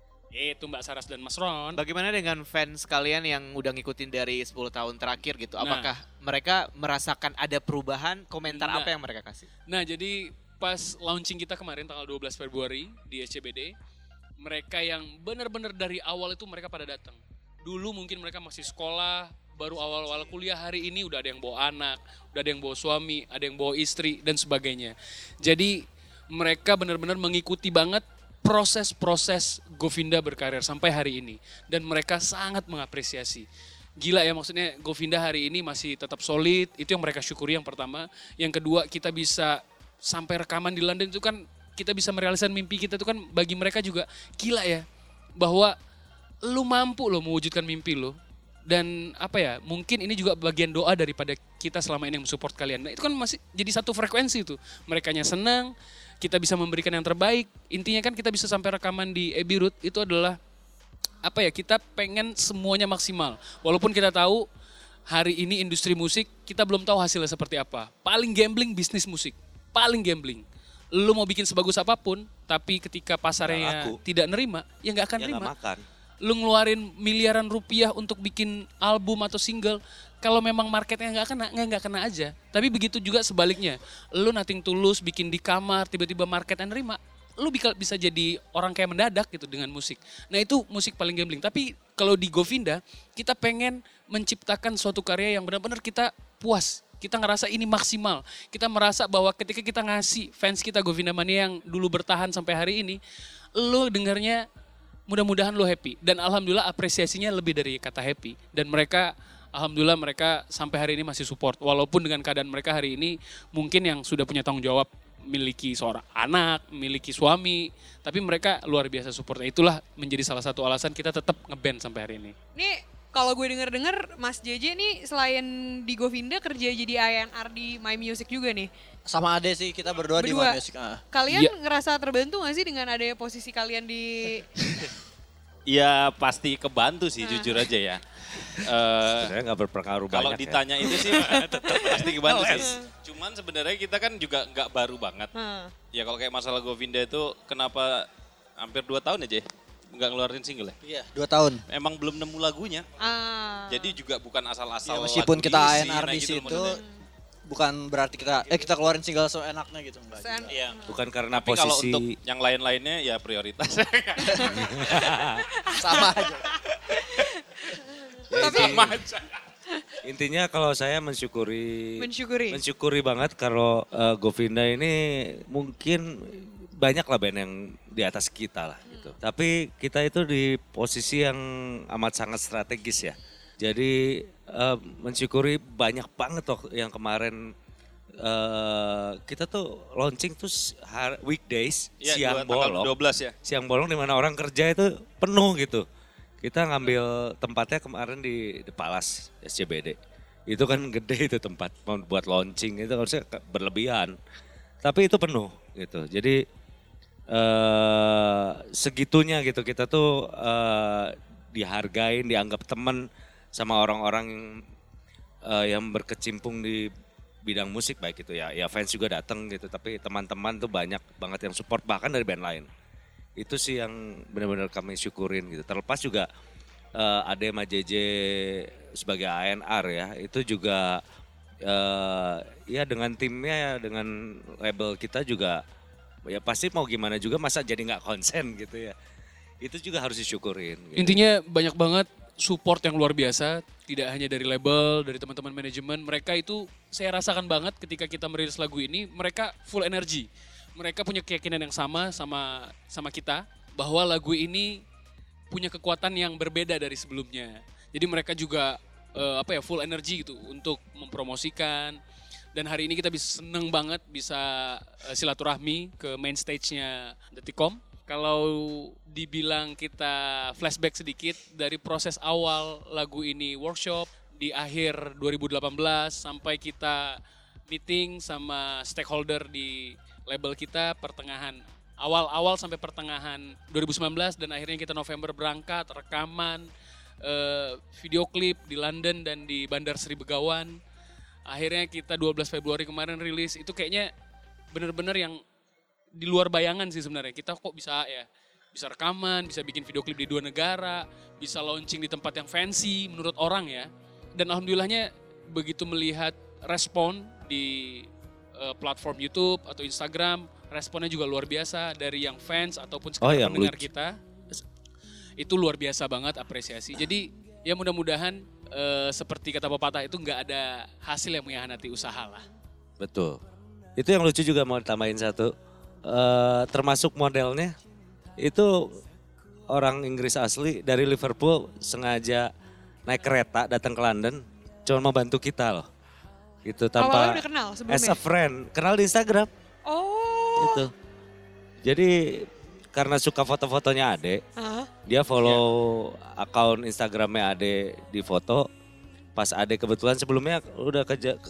Itu Mbak Saras dan Mas Ron. Bagaimana dengan fans kalian yang udah ngikutin dari 10 tahun terakhir gitu? Nah. Apakah mereka merasakan ada perubahan? Komentar Nah. apa yang mereka kasih? Nah jadi pas launching kita kemarin tanggal 12 Februari di SCBD, mereka yang benar-benar dari awal itu mereka pada datang. Dulu mungkin mereka masih sekolah, baru awal-awal kuliah, hari ini udah ada yang bawa anak, udah ada yang bawa suami, ada yang bawa istri dan sebagainya. Jadi mereka benar-benar mengikuti banget proses-proses Govinda berkarir sampai hari ini. Dan mereka sangat mengapresiasi. Gila ya maksudnya Govinda hari ini masih tetap solid, itu yang mereka syukuri yang pertama. Yang kedua kita bisa sampai rekaman di London itu kan kita bisa merealisasikan mimpi kita itu kan bagi mereka juga gila ya. Bahwa lu mampu lo mewujudkan mimpi lo. Dan apa ya, mungkin ini juga bagian doa daripada kita selama ini yang mensupport kalian. Nah itu kan masih jadi satu frekuensi tuh. Merekanya senang, kita bisa memberikan yang terbaik. Intinya kan kita bisa sampai rekaman di Abbey Road itu adalah apa ya, kita pengen semuanya maksimal. Walaupun kita tahu hari ini industri musik kita belum tahu hasilnya seperti apa. Paling gambling bisnis musik, paling gambling. Lu mau bikin sebagus apapun, tapi ketika pasarnya tidak nerima, ya nggak akan Ya nerima. nggak makan. Lu ngeluarin miliaran rupiah untuk bikin album atau single, kalau memang marketnya nggak kena aja. Tapi begitu juga sebaliknya, lu nothing tulus bikin di kamar, tiba-tiba marketnya nerima, lu bisa jadi orang kayak mendadak gitu dengan musik. Nah itu musik paling gambling. Tapi kalau di Govinda, kita pengen menciptakan suatu karya yang benar-benar kita puas. Kita ngerasa ini maksimal. Kita merasa bahwa ketika kita ngasih fans kita Govinda Mania yang dulu bertahan sampai hari ini, lu dengarnya mudah-mudahan lo happy. Dan alhamdulillah apresiasinya lebih dari kata happy. Dan mereka, alhamdulillah mereka sampai hari ini masih support. Walaupun dengan keadaan mereka hari ini mungkin yang sudah punya tanggung jawab miliki seorang anak, miliki suami. Tapi mereka luar biasa support. Itulah menjadi salah satu alasan kita tetap ngeband sampai hari ini. Nih kalau gue denger-denger Mas JJ nih selain di Govinda kerja jadi A&R di My Music juga nih. Sama Ade sih kita berdua di My Music. Kalian Iya. ngerasa terbantu gak sih dengan adanya posisi kalian di... Ya pasti kebantu sih jujur aja ya. Sebenarnya nggak berpengaruh Kalau banyak ya. ditanya itu sih pasti kebantu sih. Cuman sebenarnya kita kan juga nggak baru banget. Ya kalau kayak masalah Govinda itu kenapa hampir 2 tahun aja ya? nggak ngeluarin single ya? Iya, 2 tahun. Emang belum nemu lagunya. Ah. Jadi juga bukan asal-asal. Ya, meskipun lagu kita diisi, ANR nah di gitu situ, maksudnya. bukan berarti kita keluarin single seenaknya gitu enggak. Iya. Bukan karena Tapi kalau posisi untuk yang lain-lainnya ya prioritas. Sama aja. Tapi intinya kalau saya mensyukuri banget kalau Govinda ini mungkin banyak lah band yang di atas kita lah gitu. Tapi kita itu di posisi yang amat sangat strategis ya. Jadi mensyukuri banyak banget loh yang kemarin kita tuh launching tuh weekdays Iya, siang bolong. 12 ya. Siang bolong di mana orang kerja itu penuh gitu. Kita ngambil tempatnya kemarin di The Palace SCBD. Itu kan gede itu tempat mau buat launching itu harusnya berlebihan. Tapi itu penuh gitu. Jadi segitunya gitu kita tuh dihargain, dianggap teman sama orang-orang yang berkecimpung di bidang musik baik itu ya fans juga datang gitu. Tapi teman-teman tuh banyak banget yang support bahkan dari band lain. Itu sih yang benar-benar kami syukurin gitu. Terlepas juga Ade sama JJ sebagai ANR ya, itu juga ya dengan timnya ya, dengan label kita juga ya pasti mau gimana juga masa jadi nggak konsen gitu ya. Itu juga harus disyukurin. Gitu. Intinya banyak banget support yang luar biasa, tidak hanya dari label, dari teman-teman manajemen. Mereka itu saya rasakan banget ketika kita merilis lagu ini, mereka full energi. Mereka punya keyakinan yang sama kita bahwa lagu ini punya kekuatan yang berbeda dari sebelumnya. Jadi mereka juga full energi gitu untuk mempromosikan. Dan hari ini kita bisa seneng banget bisa silaturahmi ke main stage-nya Detikcom. Kalau dibilang kita flashback sedikit dari proses awal lagu ini workshop di akhir 2018 sampai kita meeting sama stakeholder di label kita pertengahan awal sampai pertengahan 2019 dan akhirnya kita November berangkat rekaman video klip di London dan di Bandar Sri Begawan. Akhirnya kita 12 Februari kemarin rilis. Itu kayaknya bener-bener yang di luar bayangan sih sebenarnya. Kita kok bisa rekaman, bisa bikin video klip di 2 negara, bisa launching di tempat yang fancy menurut orang ya. Dan alhamdulillahnya begitu melihat respon di platform YouTube atau Instagram, responnya juga luar biasa dari yang fans ataupun sekedar pendengar kita. Itu luar biasa banget apresiasi. Jadi ya mudah-mudahan seperti kata pepatah itu nggak ada hasil yang mengkhianati usaha lah. Betul. Itu yang lucu juga mau tambahin satu. Termasuk modelnya itu orang Inggris asli dari Liverpool sengaja naik kereta datang ke London cuma mau bantu kita loh. Gitu tanpa awalnya udah kenal sebelumnya? As a friend, kenal di Instagram. Oh. Gitu. Jadi karena suka foto-fotonya Ade, dia follow akun Instagramnya Ade di foto. Pas Ade kebetulan sebelumnya udah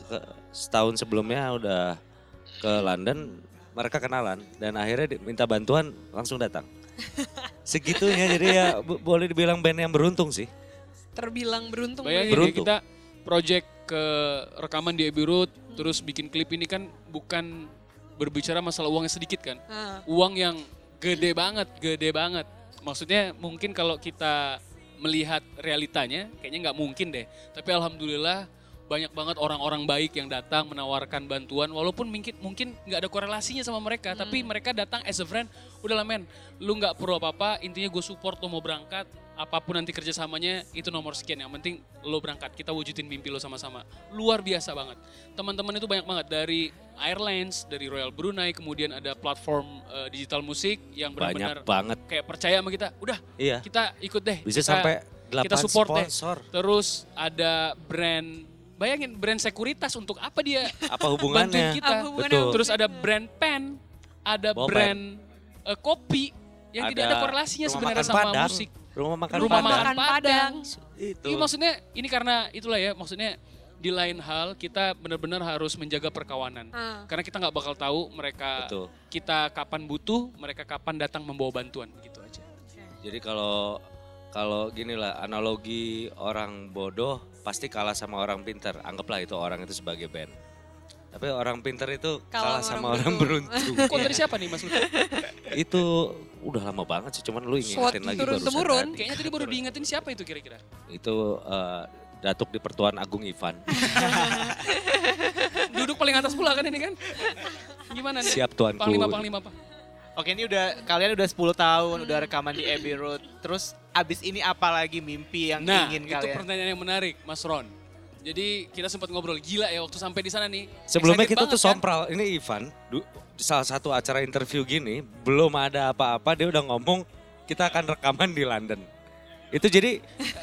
setahun sebelumnya udah ke London, mereka kenalan dan akhirnya minta bantuan langsung datang. Segitunya jadi ya boleh dibilang band yang beruntung sih. Terbilang beruntung. Bayangin ya kita project ke rekaman di Abbey Road, terus bikin klip ini kan bukan berbicara masalah uangnya sedikit kan. Uang yang gede banget. Maksudnya mungkin kalau kita melihat realitanya kayaknya nggak mungkin deh. Tapi alhamdulillah banyak banget orang-orang baik yang datang menawarkan bantuan walaupun mungkin nggak ada korelasinya sama mereka. Tapi mereka datang as a friend, udahlah men, lu nggak perlu apa-apa, intinya gue support lo mau berangkat. Apapun nanti kerjasamanya itu nomor sekian, yang penting lo berangkat, kita wujudin mimpi lo sama-sama. Luar biasa banget. Teman-teman itu banyak banget dari Airlines, dari Royal Brunei, kemudian ada platform digital musik yang benar-benar kayak percaya sama kita. Udah, kita ikut deh. Bisa sampai 8 kita support sponsor. Deh. Terus ada brand, bayangin brand sekuritas untuk apa dia? Apa hubungannya? Bantuin kita. Betul. Terus ada brand pen, ada brand kopi yang tidak ada korelasinya sebenarnya sama musik. Rumah makan Padang. Itu. Iya, maksudnya ini karena itulah ya, maksudnya di lain hal kita benar-benar harus menjaga perkawanan. Karena kita nggak bakal tahu mereka kita kapan butuh, mereka kapan datang membawa bantuan, gitu aja. Jadi kalau gini lah, analogi orang bodoh pasti kalah sama orang pintar. Anggaplah itu orang itu sebagai band. Tapi orang pintar itu kalah sama orang beruntung. Kok dari siapa nih Mas Luka? Itu udah lama banget sih, cuman lu ingetin lagi barusan turun-temurun. tadi. Kayaknya tadi baru diingetin siapa itu kira-kira? Itu Datuk di Pertuan Agung Ivan. Duduk paling atas pula kan ini kan? Gimana nih? Siap tuanku. Panglima apa? Oke, ini kalian udah 10 tahun udah rekaman di Abbey Road. Terus abis ini apa lagi mimpi yang ingin itu kalian? pertanyaan yang menarik, Mas Ron. Jadi kita sempat ngobrol gila ya waktu sampai di sana nih. Sebelumnya Excited kita tuh banget kan? sompral, ini Ivan, salah satu acara interview gini, belum ada apa-apa dia udah ngomong kita akan rekaman di London. Itu jadi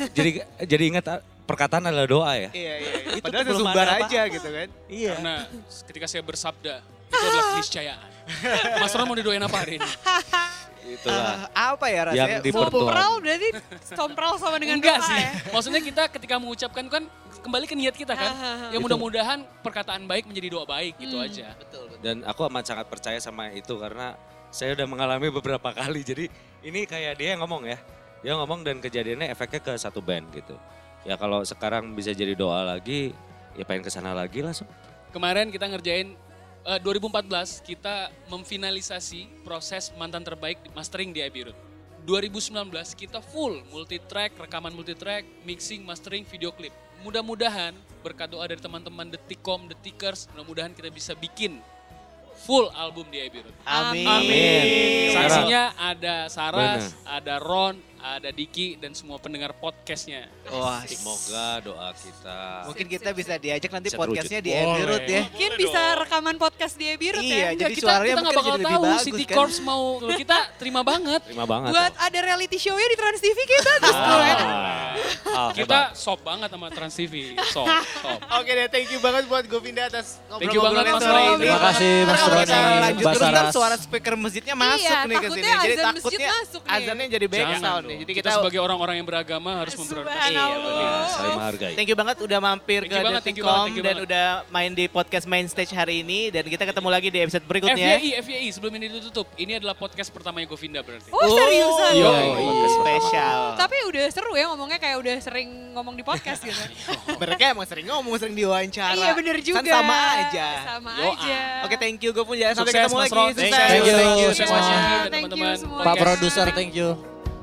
ingat perkataan adalah doa ya. Iya. Itu Padahal belum sesumbar ada aja gitu kan. Iya. Karena ketika saya bersabda, itu adalah keniscayaan. Mas Ron mau didoain apa hari ini? Itulah. Apa ya rasanya? Yang di Pertuan. Sompral berarti sompral sama dengan Enggak doa sih. ya. Maksudnya kita ketika mengucapkan kan kembali ke niat kita kan. Ya mudah-mudahan perkataan baik menjadi doa baik gitu aja. Betul. Dan aku amat sangat percaya sama itu karena saya udah mengalami beberapa kali. Jadi ini kayak dia yang ngomong ya. Dia ngomong dan kejadiannya efeknya ke satu band gitu. Ya kalau sekarang bisa jadi doa lagi, ya pengen kesana lagi lah. Kemarin kita ngerjain 2014 kita memfinalisasi proses mantan terbaik mastering di Abbey Road. 2019 kita full multi-track, rekaman multi-track, mixing, mastering, video klip. Mudah-mudahan berkat doa dari teman-teman Detikcom, Detikers, mudah-mudahan kita bisa bikin full album di Abbey Road. Amin. Saksinya ada Saras, Bener. ada Ron, ada Diki dan semua pendengar podcastnya. Wah, Semoga doa kita. mungkin kita bisa diajak nanti Bisa podcastnya di terwujud. Abbey Road ya. Mungkin bisa rekaman podcast di Abbey Road Iya, ya. jadi kita suaranya nggak mungkin bakal jadi lebih tahu bagus City kan. Corps mau kita terima banget. Terima banget. Buat ada reality show-nya di Trans TV kayak bagus tuh ya. Kita sop banget sama Trans TV. Sop. Oke deh, thank you banget buat Govinda atas Thank you banget, ngobrol-ngobrolnya Mas sore Ron. ini. Terima kasih, Mas Kalau Ron. kita lanjut Mbak terus ntar Saras. suara speaker masjidnya masuk Iya, nih ke sini. takutnya Jadi azan masjid takutnya masuk nih. azannya jadi background Jangan nih. dong. Jadi kita kita sebagai orang-orang yang beragama harus memprioritaskan. Subhanallah. Saling menghargai. thank you banget udah mampir Thank ke you banget, thank you Detikcom banget, thank you dan banget. udah main di podcast Main Stage hari ini. Dan kita ketemu lagi di episode berikutnya. FYI sebelum ini ditutup. Ini adalah podcast pertamanya Govinda berarti. Oh seriusan? Yo. Spesial. Tapi udah seru ya ngomongnya kayak udah sering ngomong di podcast gitu. Mereka emang sering ngomong, sering diwawancara. Iya bener juga. Kan sama aja. Sama Yo, aja. Oke, thank you Gopun ya. Sampai Sukses, ketemu Mas lagi. Ron. Sukses. Thank you Sukses semuanya. Mas Diki dan Thank you teman-teman. semuanya. Pak podcast. produser, thank you.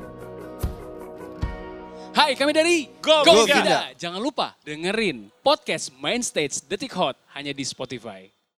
Hai, kami dari Govinda. Govinda. Jangan lupa dengerin podcast Main Stage Detik Hot hanya di Spotify.